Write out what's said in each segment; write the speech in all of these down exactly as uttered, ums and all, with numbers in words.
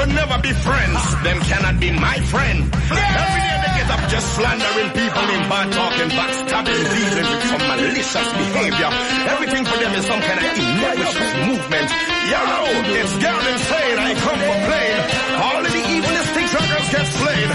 can never be friends. Them cannot be my friend. Every day they get up just slandering people in bad talking, backstabbing, dealing with some malicious behavior. Everything for them is some kind of malicious movement. Yo, it's Gavin saying I come for playing. All of the evilest things girls get slayed.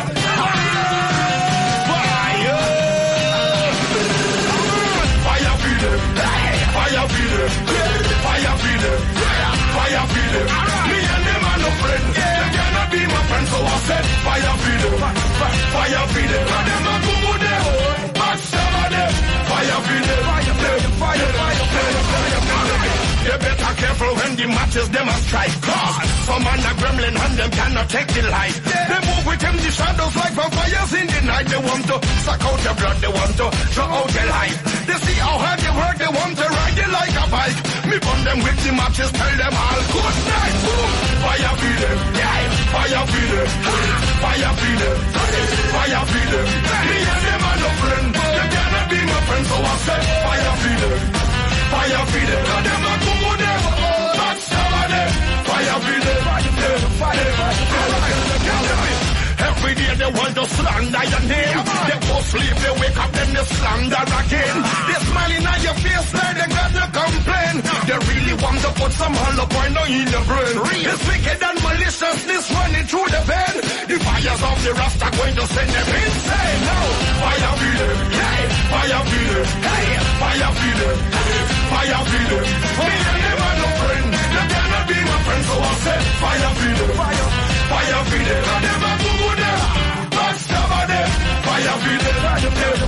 Fire feeder, fire feeder, fire feeder. Me and them are no friends. They cannot be my friends, so I said fire feeder, fire feeder. And them are good there, but some of them fire feeder, fire feeder, fire feeder. You better careful when the matches them a strike. Cause some man a gremlin and them cannot take the light. They move with them the shadows like vampires in the night. They want to suck out your blood, they want to draw out your life. They see how hard they work, they want to ride it like a bike. Me burn them with the matches, tell them all good night. Boom. Fire feeder, yeah, fire feeder, fire feeder, fire feeder. Me and them are no friend, they cannot be my friend, so I said fire feeder, fire feeder. And them are good there, but some of them fire feeder, fire feeder, fire feeder. Every day they want to slander your name. They go sleep, they wake up, then they slander again. They smiling at your face like they got to complain. They really want to put some hollow point in your brain. It's wicked and maliciousness running through the vein. The fires of the Rasta going to send them insane. Now, fire feeder, hey, fire feeder, hey, fire feeder, fire feeder. Me and them are no friend. They cannot be my friend, so I said fire feeder, fire, fire feeder. And them are good there, but some of them fire feeder, fire feeder,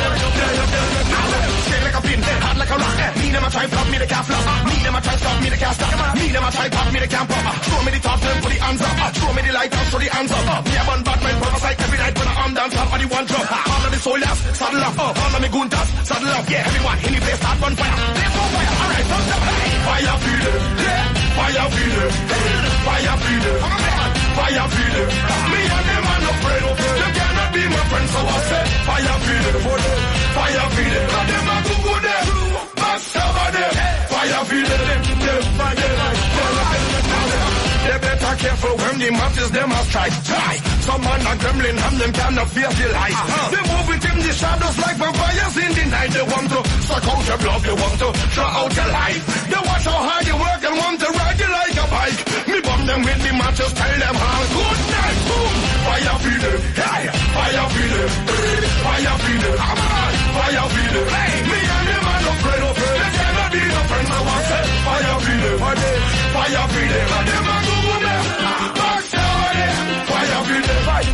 straight like a pin, hard like a rock. Me them a try flop, me they can't flop. Me them a try stop, me they can't stop. Me them a try pop, me they can't pop. Throw me the top, then put the hands up. Throw me the light up, throw the hands up. Me a bun Batman, prophesy every night when I arm dance up. And the one drop, all of the soldiers, saddle up. All of me goontas, saddle up. Yeah, everyone in the place start on fire. Let's go fire, alright, thumbs up. Fire feeder, yeah, fire feeder, fire feeder, fire feeder. Me and them are no friend. They cannot be my friends, so I said fire feeder, fire feeder. And them are too good there, but some of them fire feeder, fire feeder. They better careful when the matches them a strike. Try. Some man a gremlin and them cannot face the light. Uh-huh. They move with him the shadows like vampires in the night. They want to suck out your blood, they want to draw out your life. They watch how hard you work and want to ride you like a bike. Me bomb them with the matches, tell them all good night. Boom. Fire feeder, hey, fire feeder, fire feeder, come on, fire feeder. Hey, me and them are no friend, they cannot be no friends. So I said fire feeder, fire feeder, and them are good there. Back down there, fire feeder, fire,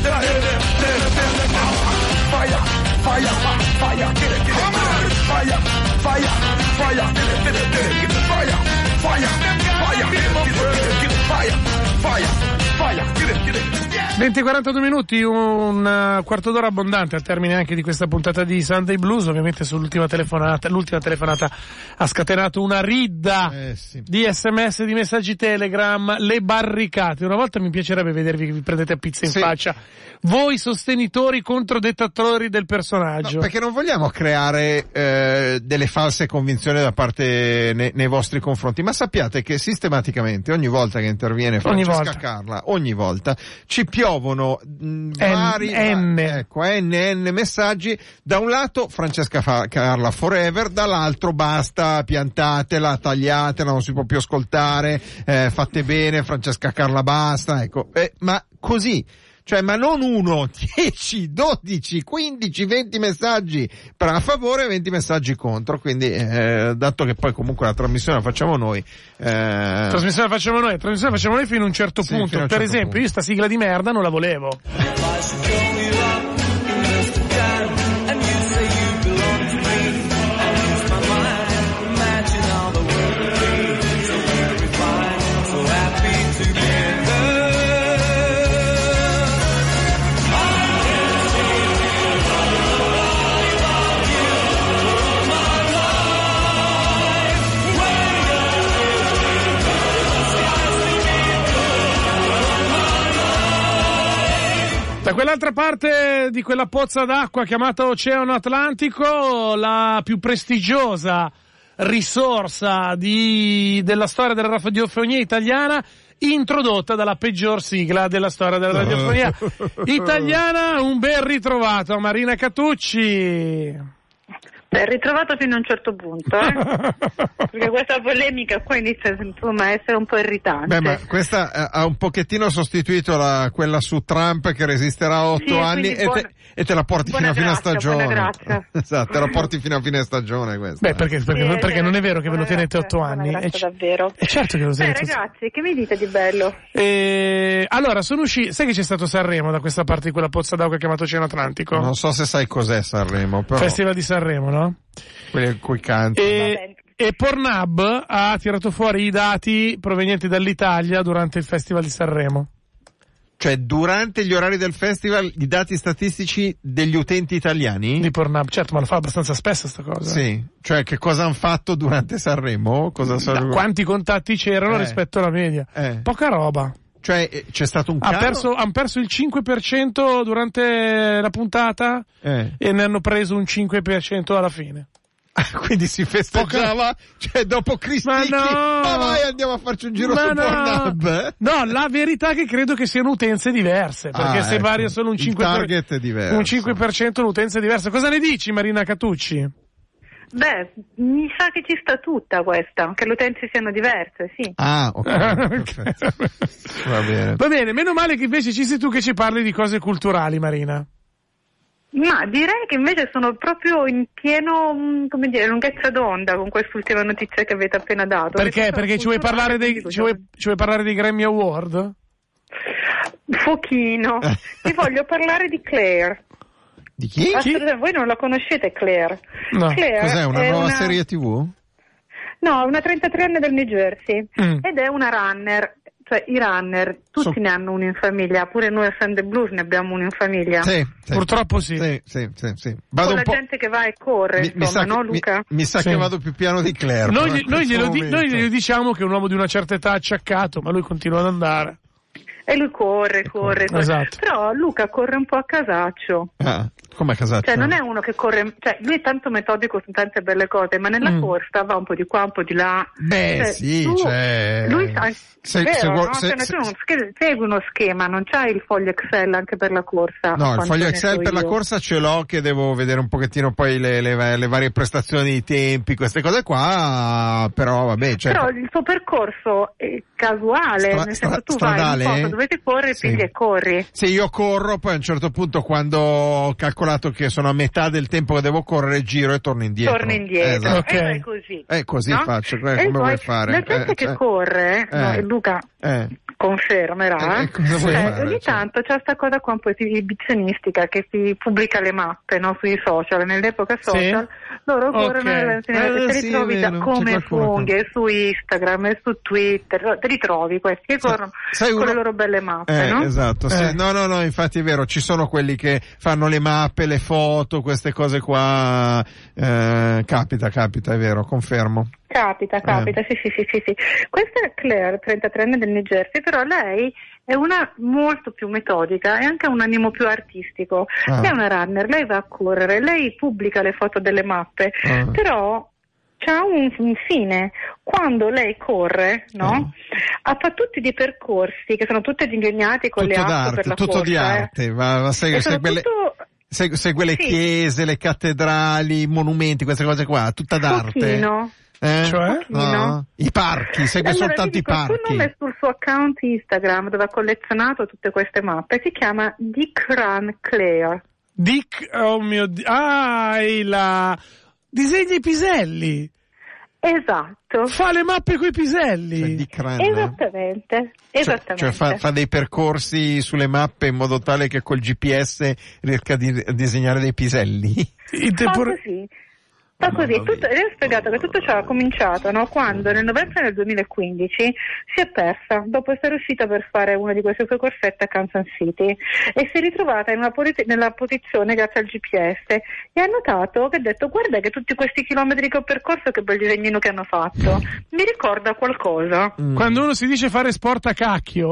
fire, fire, fire, get it, get it, come on, fire, fire, fire, get it, get it, get it, get it, fire, fire, fire, get it, get it, get it, fire, fire, fire, get it, get it. venti quarantadue minuti, un uh, quarto d'ora abbondante al termine anche di questa puntata di Sunday Blues. Ovviamente sull'ultima telefonata, l'ultima telefonata ha scatenato una ridda eh, sì. di sms, di messaggi Telegram, le barricate. Una volta mi piacerebbe vedervi che vi prendete a pizza in sì. faccia, voi sostenitori contro dettatori del personaggio. No, perché non vogliamo creare eh, delle false convinzioni da parte ne, nei vostri confronti, ma sappiate che sistematicamente ogni volta che interviene Francesca Carla, ogni volta ci piovono mh, vari N, va, ecco, N, N messaggi. Da un lato Francesca fa, Carla forever, dall'altro basta, piantatela, tagliatela, non si può più ascoltare, eh, fate bene, Francesca Carla basta, ecco, eh, ma così. Cioè, ma non uno, dieci, dodici, quindici, venti messaggi per a favore e venti messaggi contro. Quindi, eh, dato che poi comunque la trasmissione la facciamo noi. Eh... La trasmissione la facciamo noi, la trasmissione la facciamo noi fino a un certo sì, punto. Per certo esempio, punto. Io sta sigla di merda non la volevo. Da quell'altra parte di quella pozza d'acqua chiamata Oceano Atlantico, la più prestigiosa risorsa di, della storia della radiofonia italiana, introdotta dalla peggior sigla della storia della radiofonia italiana. Un ben ritrovato a Marina Catucci. Beh, ritrovato fino a un certo punto, eh? Perché questa polemica qua inizia insomma a essere un po' irritante. Beh, ma questa eh, ha un pochettino sostituito la, quella su Trump che resisterà otto sì, anni e, buona, te, e te la porti fino a fine stagione. Esatto, te la porti fino a fine stagione questa. Beh, perché, perché, sì, perché non è vero che ve lo tenete grazia, otto anni. Grazia, è, c- davvero. È certo che lo tenete. Beh, ragazzi, che mi dite di bello? E... Allora, sono usciti. Sai che c'è stato Sanremo da questa parte di quella pozza d'acqua chiamato Oceano Atlantico? Non so se sai cos'è Sanremo, però. Festival di Sanremo, no? Quelli coi canti. E, e Pornhub ha tirato fuori i dati provenienti dall'Italia durante il Festival di Sanremo. Cioè, durante gli orari del festival, i dati statistici degli utenti italiani? Di Pornhub, certo, ma lo fa abbastanza spesso sta cosa. Sì, cioè che cosa hanno fatto durante Sanremo? Cosa da, quanti contatti c'erano eh. rispetto alla media? Eh. Poca roba. Cioè, c'è stato un calo? Ha perso, han perso il cinque per cento durante la puntata eh. e ne hanno preso un cinque per cento alla fine. Quindi si festeggiava, cioè dopo Cristicchi, ma, no, ma vai andiamo a farci un giro ma su no, Pornhub. Eh? No, la verità è che credo che siano utenze diverse, perché ah, se ecco. varia solo un cinque per cento, il target è diverso. un cinque per cento l'utenza è diversa. Cosa ne dici, Marina Catucci? Beh, mi sa che ci sta tutta questa, che le utenze siano diverse, sì. Ah, ok, perfetto. Va bene. Va bene, meno male che invece ci sei tu che ci parli di cose culturali, Marina. Ma direi che invece sono proprio in pieno, come dire, lunghezza d'onda con quest'ultima notizia che avete appena dato. Perché? Perché ci vuoi parlare dei, ci vuoi, ci vuoi parlare dei Grammy Award? Un pochino. Ti voglio parlare di Claire. Di chi? chi? Voi non la conoscete, Claire? No. Claire Cos'è, una è nuova una... serie tivù? No, una trentatreenne del New Jersey mm. ed è una runner. Cioè i runner, tutti so... ne hanno uno in famiglia, pure noi a Sunday Blues ne abbiamo uno in famiglia. Sì, sì. Purtroppo sì. Sì, sì, sì, sì. Vado Con un la po'... gente che va e corre, mi, insomma, mi no che, Luca? Mi, mi sa sì. che vado più piano di Claire. Noi, gli, noi, glielo di, noi glielo momento. diciamo che è un uomo di una certa età acciaccato, ma lui continua ad andare. E lui corre, corre, corre. Esatto. Però Luca corre un po' a casaccio. Ah, come a casaccio? Cioè non è uno che corre, cioè lui è tanto metodico su tante belle cose, ma nella mm. corsa va un po' di qua, un po' di là. Beh, cioè, sì, tu, cioè... Lui sa, se, vero, se, no? se, cioè, se, tu non segui uno schema, non c'hai il foglio Excel anche per la corsa. No, il foglio Excel so per io. la corsa ce l'ho, che devo vedere un pochettino poi le, le, le varie prestazioni, i tempi, queste cose qua, però vabbè. Cioè... Però il suo percorso è casuale, Stra- nel senso tu stradale? vai in posto dove ti corri, Sì. pigli e corri. Sì, io corro, poi a un certo punto quando ho calcolato che sono a metà del tempo che devo correre, giro e torno indietro. Torni indietro. Esatto. Okay. E vai così. Eh, così no? faccio, come e vuoi poi, fare? La gente eh, che cioè... corre, eh. no, e Luca eh. confermerà, Eh, eh, cosa vuoi eh, fare, ogni cioè? tanto c'è sta cosa qua un po' esibizionistica che si pubblica le mappe, no, sui social, nell'epoca social, sì? loro corrono okay. e te li eh, sì, ritrovi da, come funghe su Instagram e su Twitter, te li trovi questi che corrono Sai con uno... le loro belle mappe, eh, no? Esatto, eh. sì. no no no, infatti è vero, ci sono quelli che fanno le mappe, le foto, queste cose qua, eh, capita, capita, è vero, confermo. Capita, capita, eh. sì, sì, sì, sì, sì. Questa è Claire, trentatreenne del New Jersey, però lei è una molto più metodica e anche un animo più artistico. Ah. Lei è una runner, lei va a correre, lei pubblica le foto delle mappe, ah. però c'ha un, un fine. Quando lei corre, no? Ah. fa tutti dei percorsi che sono tutti disegnati con tutto le app d'arte, per la tutto corsa, di arte, eh. va, va, segue, segue, le, segue, segue le sì. chiese, le cattedrali, i monumenti, queste cose qua, tutta d'arte. Pochino. Eh? Cioè? No. I parchi, segue allora, soltanto i dico, parchi. Il suo nome sul suo account Instagram dove ha collezionato tutte queste mappe si chiama Dick Run Claire. Dick, oh mio Dio, ah, la... disegna i piselli. Esatto. Fa le mappe coi piselli. Cioè, Dick Run, esattamente, esattamente. Cioè, cioè fa, fa dei percorsi sulle mappe in modo tale che col G P S riesca a, di, a disegnare dei piselli. In tempo... Fa così. Fa così, tutto, lei ha spiegato che tutto ciò ha cominciato, no? Quando nel novembre del duemilaquindici si è persa dopo essere uscita per fare una di queste sue corsette a Kansas City e si è ritrovata in una posi- nella posizione grazie al G P S e ha notato che ha detto guarda che tutti questi chilometri che ho percorso, che bel disegnino che hanno fatto, mi ricorda qualcosa. Mm. Quando uno si dice fare sport a cacchio.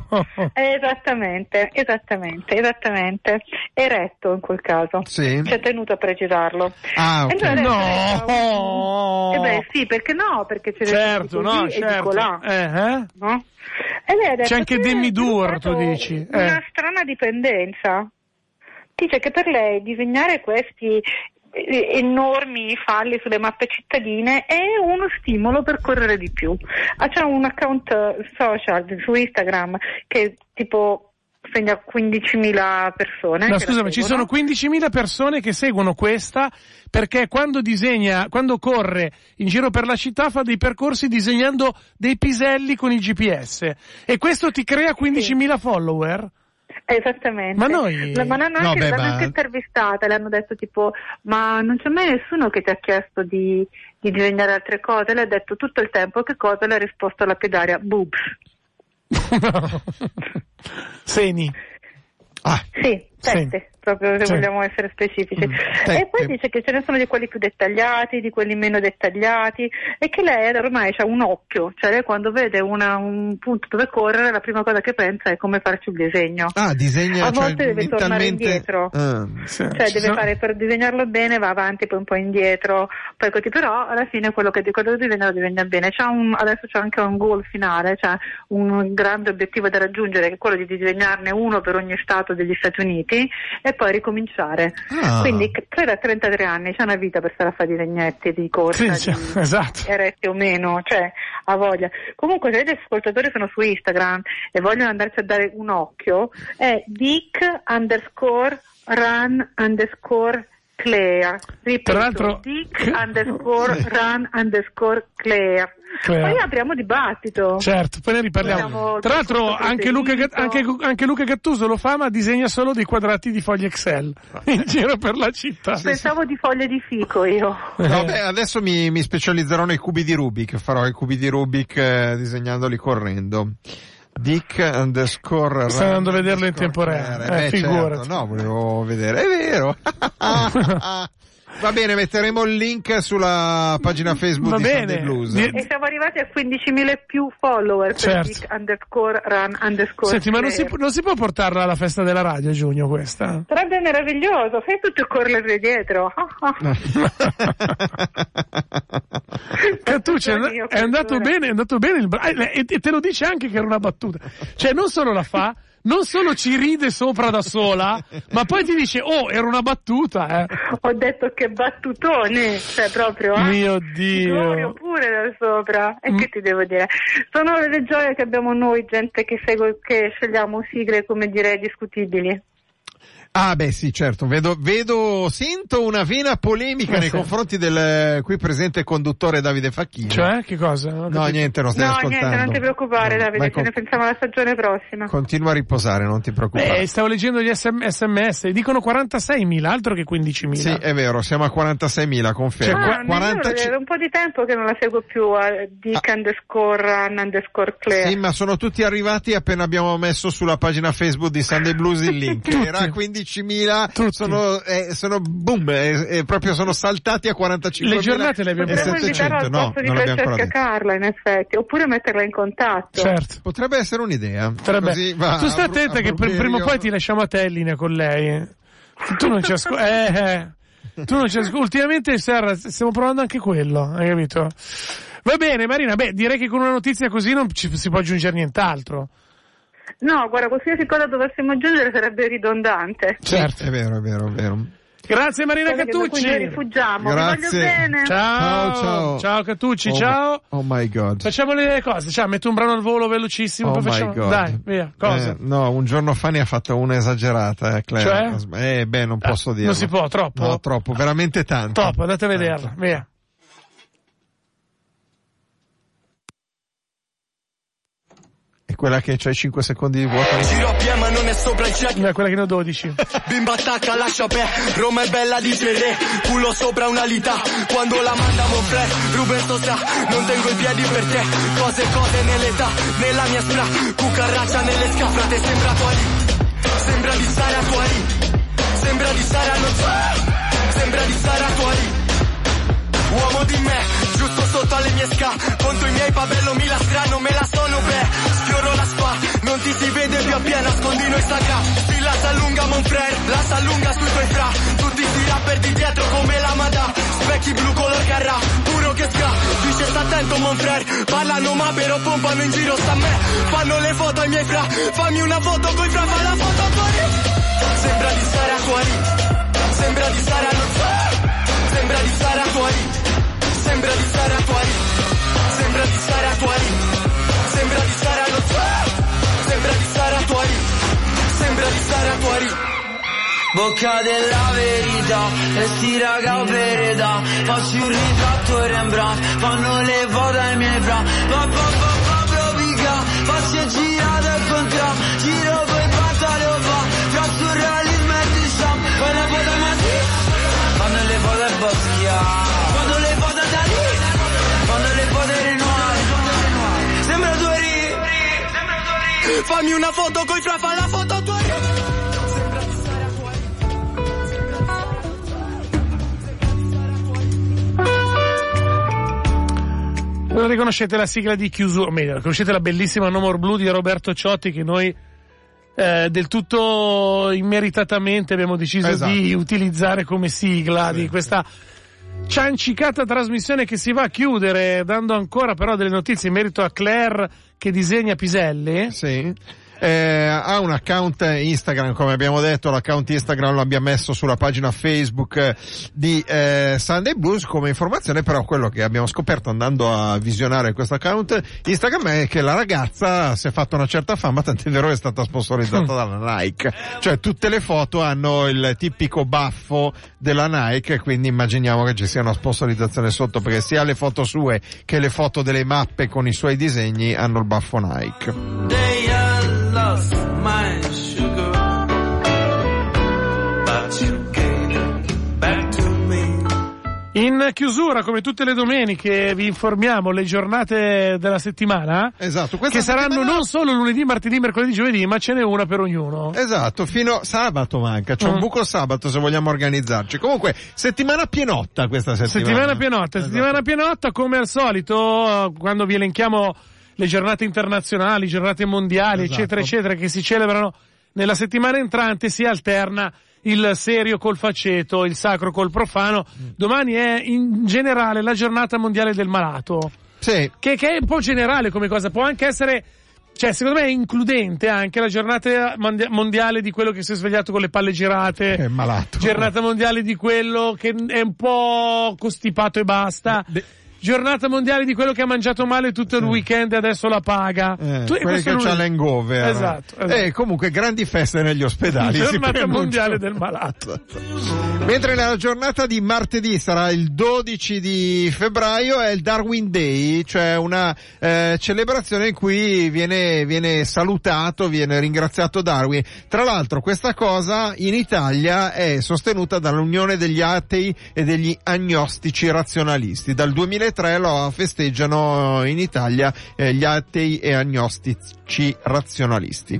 Esattamente, esattamente, esattamente. Eretto in quel caso. Sì. Ci è tenuto a precisarlo. Ah, ok. E allora, no, No! Eh beh sì, perché no? Perché ce certo, così no, e certo. dico là. Eh, eh? No? E lei ha detto, c'è anche Demi Moore, tu dici. Eh. Una strana dipendenza. Dice che per lei disegnare questi enormi falli sulle mappe cittadine è uno stimolo per correre di più. Ah, c'è un account social su Instagram che tipo segna quindicimila persone. No, scusami, ci sono quindicimila persone che seguono questa perché quando disegna, quando corre in giro per la città fa dei percorsi disegnando dei piselli con il G P S e questo ti crea quindicimila sì. follower. Esattamente. Ma noi ma l'hanno anche, no, beh, l'hanno ma... anche intervistata, le hanno detto tipo ma non c'è mai nessuno che ti ha chiesto di, di disegnare altre cose? Lei ha detto tutto il tempo che cosa? Le ha risposto lapidaria boobs. No. Seni. Ah. Sì, tette, sì. Proprio se sì. vogliamo essere specifici. Mm. E poi dice che ce ne sono di quelli più dettagliati, di quelli meno dettagliati e che lei ormai ha un occhio, cioè lei quando vede una, un punto dove correre la prima cosa che pensa è come farci il disegno. Ah, disegna, a volte cioè, deve mentalmente... tornare indietro, ah, sì. cioè deve no. fare per disegnarlo bene, va avanti poi un po' indietro, poi così, però alla fine quello che quello che disegna lo disegna bene. C'ha un, adesso c'è anche un goal finale, cioè un grande obiettivo da raggiungere che è quello di disegnarne uno per ogni stato degli Stati Uniti e poi ricominciare. Ah. Quindi credo a trentatré anni c'è una vita per stare a fare i disegnetti di corsa, sì, di esatto. eretti o meno, cioè ha voglia. Comunque se gli ascoltatori sono su Instagram e vogliono andarci a dare un occhio è Dick underscore run underscore Clea. Ripeto, tra l'altro Dick underscore run underscore Clea. Clea. Poi apriamo dibattito. Certo, poi ne riparliamo. Tra l'altro anche Luca, anche, anche Luca Gattuso lo fa, ma disegna solo dei quadrati di foglie Excel in giro per la città. Pensavo di foglie di fico io. No, beh, adesso mi, mi specializzerò nei cubi di Rubik, farò i cubi di Rubik eh, disegnandoli correndo. Dick underscore stai andando a vederlo in tempo reale, eh, eh, figurati. Certo. No, volevo vedere, è vero. Va bene, metteremo il link sulla pagina Facebook Va di bene. Sunday Blues. E siamo arrivati a quindicimila più follower certo. per Dick underscore run underscore. Senti, ma non si, non si può portarla alla festa della radio a giugno questa? Sarebbe meraviglioso, fai tutto correre dietro. Cattucci, è andato bene, è andato bene il bra- e te lo dice anche che era una battuta. Cioè non solo la fa, non solo ci ride sopra da sola, ma poi ti dice, oh, era una battuta, eh. Ho detto che battutone, cioè proprio, eh. Mio Dio. Glorio pure da sopra. E mm. che ti devo dire? Sono le gioie che abbiamo noi, gente che segue, che scegliamo sigle, come dire, discutibili. Ah beh sì, certo, vedo, vedo, sento una vena polemica eh, nei sì. confronti del qui presente conduttore Davide Facchini. Cioè, che cosa? No, niente, non stai no, ascoltando. No, niente, non ti preoccupare Davide, ce con... ne pensiamo alla stagione prossima. Continua a riposare, non ti preoccupare. Beh, stavo leggendo gli S M S, dicono quarantaseimila, altro che quindicimila. Sì, è vero, siamo a quarantaseimila, confermo. Cioè, ah, quarantacinque... È un po' di tempo che non la seguo più a Dick ah. underscore run underscore Clea. Sì, ma sono tutti arrivati appena abbiamo messo sulla pagina Facebook di Sunday Blues il link. Era quindicimila, sono, eh, sono boom, eh, eh, proprio sono saltati a quarantacinque. Le giornate le abbiamo Potremmo invitarla al posto no, di Francesca Carla, in effetti, oppure metterla in contatto. Certo. Potrebbe essere un'idea. Così va, tu stai attenta che per, prima o poi ti lasciamo a te in linea con lei. Tu non ci ascolti. Eh, eh. Tu non ci ascolti. Ultimamente Serra, stiamo provando anche quello, hai capito? Va bene, Marina, beh, direi che con una notizia così non ci si può aggiungere nient'altro. No, guarda, qualsiasi cosa dovessimo aggiungere sarebbe ridondante. Certo, è vero, è vero, è vero. Grazie Marina Quindi Cattucci. Ci rifugiamo. Grazie. Vi voglio bene. Ciao. Ciao, ciao. Ciao Cattucci, oh ciao. My, oh my god. Facciamo le cose, ciao, metto un brano al volo velocissimo, oh poi my facciamo. God. Dai, via. Cosa? Eh, no, un giorno fa ne ha fatta una esagerata, eh, Claire. Cioè? Eh, beh, non posso ah, dirlo. Non si può, troppo. No, troppo, veramente tanto. Troppo, andate a vederla, tanto. Via. È quella che c'hai cinque secondi di vuoto. Giro a piedi ma non è sopra il check. No, è quella che ne ho dodici. Bimba attacca, lascia per Roma è bella, dice il re. Culo sopra una lita. Quando la manda Monfred, Rubento sa, non tengo i piedi per te. Cose cose nell'età, nella mia spra. Cucaraccia nelle scafrate, sembra tua lì. Sembra di stare a tua lì. Sembra di stare a non so. Sembra di stare a tua lì. Uomo di me, giusto sotto alle mie sca. Contro i miei pabello mi la strano, me la sono beh. Sfioro la spa, non ti si vede più appena, nascondi noi sacra. Sì, la s'allunga Monfred, la s'allunga sui tuoi fra. Tutti sti rapper di dietro come la Madà. Specchio occhi blu color carrà, puro che sca, dice sta attento mon frère, parlano ma però pompano in giro sta a me, fanno le foto ai miei fra, fammi una foto coi fra, fa la foto a Tuari. Sembra di stare a Tuari, sembra di stare allo zoo, sembra di stare a Tuari, sembra di stare a Tuari, sembra di stare a Tuari, sembra di stare allo zoo, sembra di stare a Tuari, sembra di stare a Tuari. Bocca della verità, e sti raga vereda, faccio un ritratto Rembrandt, fanno le foto ai miei fra, pa pa pa pa provica, faccio girato e contra, giro coi pantaloni va, fra surrealismo e diciamo, fai la foto a Mattia, fanno le foto a Boschia, fanno le foto a Dalì, fanno le foto a Renoir, sembra Tuari, fammi una foto coi fra, fa la foto a Tuari. Non riconoscete la sigla di chiusura, o meglio, riconoscete la bellissima No More Blue di Roberto Ciotti che noi eh, del tutto immeritatamente abbiamo deciso esatto. di utilizzare come sigla sì, di questa sì. ciancicata trasmissione che si va a chiudere, dando ancora però delle notizie in merito a Claire che disegna Piselli. Sì. Eh, ha un account Instagram, come abbiamo detto, l'account Instagram lo abbiamo messo sulla pagina Facebook di eh, Sunday Blues come informazione, però quello che abbiamo scoperto andando a visionare questo account Instagram è che la ragazza si è fatta una certa fama, tant'è vero che è stata sponsorizzata dalla Nike, cioè tutte le foto hanno il tipico baffo della Nike, quindi immaginiamo che ci sia una sponsorizzazione sotto, perché sia le foto sue che le foto delle mappe con i suoi disegni hanno il baffo Nike. Lost my sugar, but you gave it back to me. In chiusura, come tutte le domeniche, vi informiamo le giornate della settimana. Esatto, che saranno settimana... non solo lunedì, martedì, mercoledì, giovedì, ma ce n'è una per ognuno. Esatto, fino a sabato manca, c'è mm. un buco sabato se vogliamo organizzarci. Comunque, settimana pienotta questa settimana. Settimana pienotta, esatto. settimana pienotta, come al solito, quando vi elenchiamo le giornate internazionali, giornate mondiali, esatto. eccetera, eccetera, che si celebrano nella settimana entrante, si alterna il serio col faceto, il sacro col profano. Mm. Domani è in generale la giornata mondiale del malato. Sì. Che, che è un po' generale come cosa, può anche essere, cioè secondo me è includente anche la giornata mondiale di quello che si è svegliato con le palle girate. È malato. Giornata mondiale di quello che è un po' costipato e basta. De- Giornata mondiale di quello che ha mangiato male tutto il weekend e adesso la paga. Eh, tu, quelli che c'ha l'hangover. Esatto, esatto. E comunque grandi feste negli ospedali. Giornata mondiale del malato. Mentre la giornata di martedì sarà il dodici di febbraio, è il Darwin Day, cioè una eh, celebrazione in cui viene, viene salutato, viene ringraziato Darwin. Tra l'altro questa cosa in Italia è sostenuta dall'Unione degli Atei e degli Agnostici Razionalisti. Dal duemilatré lo festeggiano in Italia eh, gli atei e agnostici razionalisti.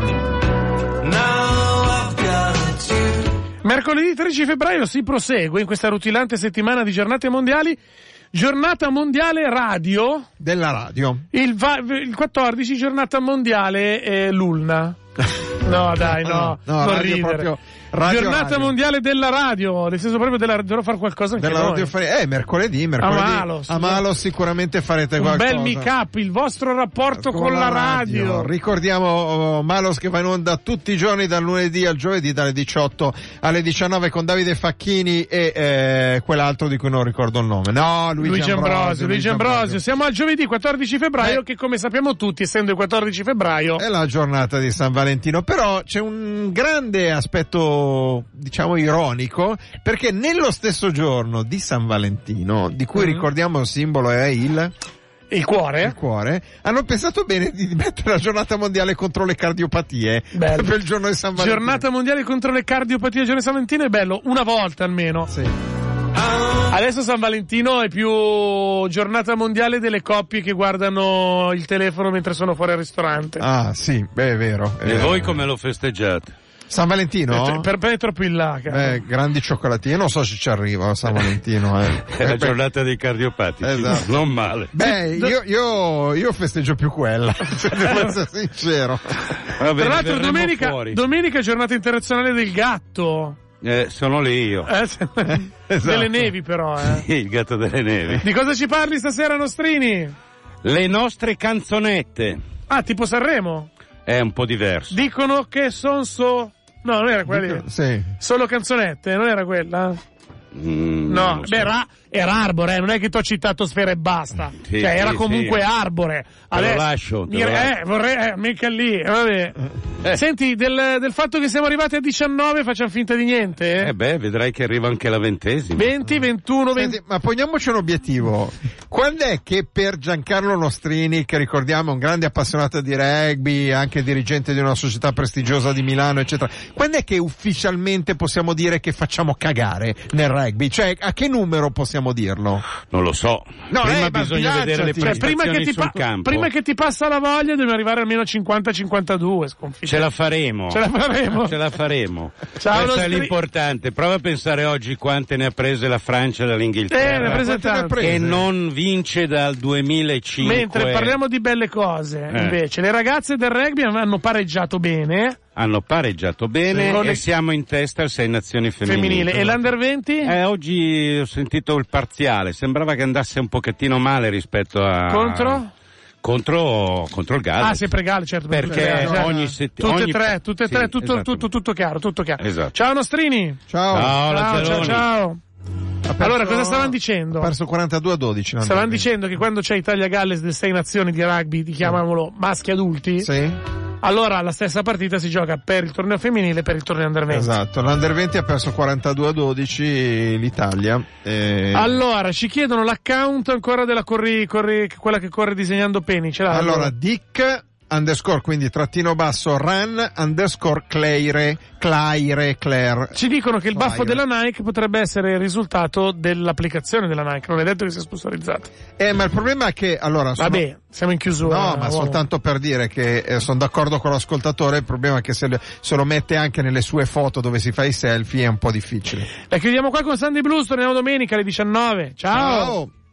Mercoledì tredici febbraio si prosegue in questa rutilante settimana di giornate mondiali. Giornata mondiale radio. Della radio. Il, va- il quattordici giornata mondiale eh, l'Ulna. No dai, no, no, no non ridere. Radio, giornata radio. mondiale della radio, nel senso proprio della dovrò fare qualcosa anche della noi. radiofonia. Eh, mercoledì, mercoledì. A Malos, a Malos sicuramente farete un qualcosa. Un bel make-up, il vostro rapporto con, con la radio. radio. Ricordiamo oh, Malos che va in onda tutti i giorni dal lunedì al giovedì dalle diciotto alle diciannove con Davide Facchini e eh, quell'altro di cui non ricordo il nome. No, Luigi, Luigi Ambrosio. Ambrosio, Luigi Ambrosio. Ambrosio. Siamo al giovedì quattordici febbraio eh. che come sappiamo tutti, essendo il quattordici febbraio è la giornata di San Valentino, però c'è un grande aspetto, diciamo, ironico, perché nello stesso giorno di San Valentino, di cui mm. ricordiamo il simbolo è il il cuore, il cuore, hanno pensato bene di mettere la giornata mondiale contro le cardiopatie bello. per il giorno di San Valentino. Giornata mondiale contro le cardiopatie il giorno di San Valentino è bello, una volta almeno. Sì. Adesso San Valentino è più giornata mondiale delle coppie che guardano il telefono mentre sono fuori al ristorante. Ah sì, beh è vero. È e vero. Voi come lo festeggiate? San Valentino? Per me è troppo in là, Beh, grandi cioccolatini, non so se ci arriva a San Valentino. Eh. È la giornata dei cardiopatici, esatto. Non male. Beh, io, io, io festeggio più quella, devo essere sincero. Vabbè, tra l'altro domenica, domenica è giornata internazionale del gatto. Eh, sono lì io. Eh, se... eh, esatto. Delle nevi però, eh. Sì, il gatto delle nevi. Di cosa ci parli stasera, Nostrini? Le nostre canzonette. Ah, tipo Sanremo? È un po' diverso. Dicono che son so... No, non era quella. Sì. Solo canzonette, non era quella? Mm, no, so. beh, era, era Arbore, eh, non è che ti ho citato Sfera e basta. Sì, cioè, era sì, comunque sì. Arbore. Te lo lascio. Te mi, lo eh, lascio. vorrei, eh, mica lì, vabbè. Eh. Senti, del, del fatto che siamo arrivati a diciannove facciamo finta di niente? Eh, Eh beh, vedrai che arriva anche la ventesima. venti, ventuno, venti. Senti, ma poniamoci un obiettivo. Quando è che per Giancarlo Nostrini, che ricordiamo è un grande appassionato di rugby, anche dirigente di una società prestigiosa di Milano, eccetera, quando è che ufficialmente possiamo dire che facciamo cagare nel rugby? Cioè, a che numero possiamo dirlo? Non lo so. No, prima eh, ma bisogna vedere le sbilanciati. Cioè, prima, che prestazioni ti sul pa- campo. prima che ti passa la voglia dobbiamo arrivare almeno a cinquanta cinquantadue sconfitte. Ce la faremo. Ce la faremo. Ce la faremo. Ciao, Questo nostri... è l'importante. Prova a pensare oggi quante ne ha prese la Francia dall'Inghilterra. Eh, ne ha prese Quante ne ha tante. prese? Che non vince dal duemilacinque. Mentre parliamo di belle cose, Eh. invece, le ragazze del rugby hanno pareggiato bene. Hanno pareggiato bene Sì. e siamo in testa al sei nazioni femminili. Femminile. E l'Under venti? Eh, oggi ho sentito il parziale, sembrava che andasse un pochettino male rispetto a... Contro? Contro, contro il Galles. Ah, sempre Galles, certo. Perché certo. ogni settimana... Tutte e tre, tutte e tre, sì, tutto, esatto. tutto, tutto chiaro, tutto chiaro. Esatto. Ciao Nostrini! Ciao. Ciao, Ciao, ciao, Lazzaroni. ciao! Ha perso- Allora, cosa stavano dicendo? Ha perso quarantadue a dodici. Stavano dicendo che quando c'è Italia-Galles delle sei nazioni di rugby, di chiamiamolo maschi adulti, Sì, allora la stessa partita si gioca per il torneo femminile e per il torneo Under venti. esatto. L'Under venti ha perso quarantadue a dodici l'Italia. E... Allora, ci chiedono l'account ancora della corri, corri, quella che corre disegnando peni. Ce l'ha? Allora, Dick underscore, quindi trattino basso, run underscore Claire, Claire, Claire. Ci dicono che il baffo Claire. della Nike potrebbe essere il risultato dell'applicazione della Nike, non è detto che sia sponsorizzata. Eh, ma il problema è che, allora... sono- Vabbè, siamo in chiusura. No, ma uomo. soltanto per dire che eh, sono d'accordo con l'ascoltatore, il problema è che se, le- se lo mette anche nelle sue foto dove si fa i selfie è un po' difficile. La chiudiamo qua con Sandy Blues, torniamo domenica alle diciannove. Ciao. Ciao.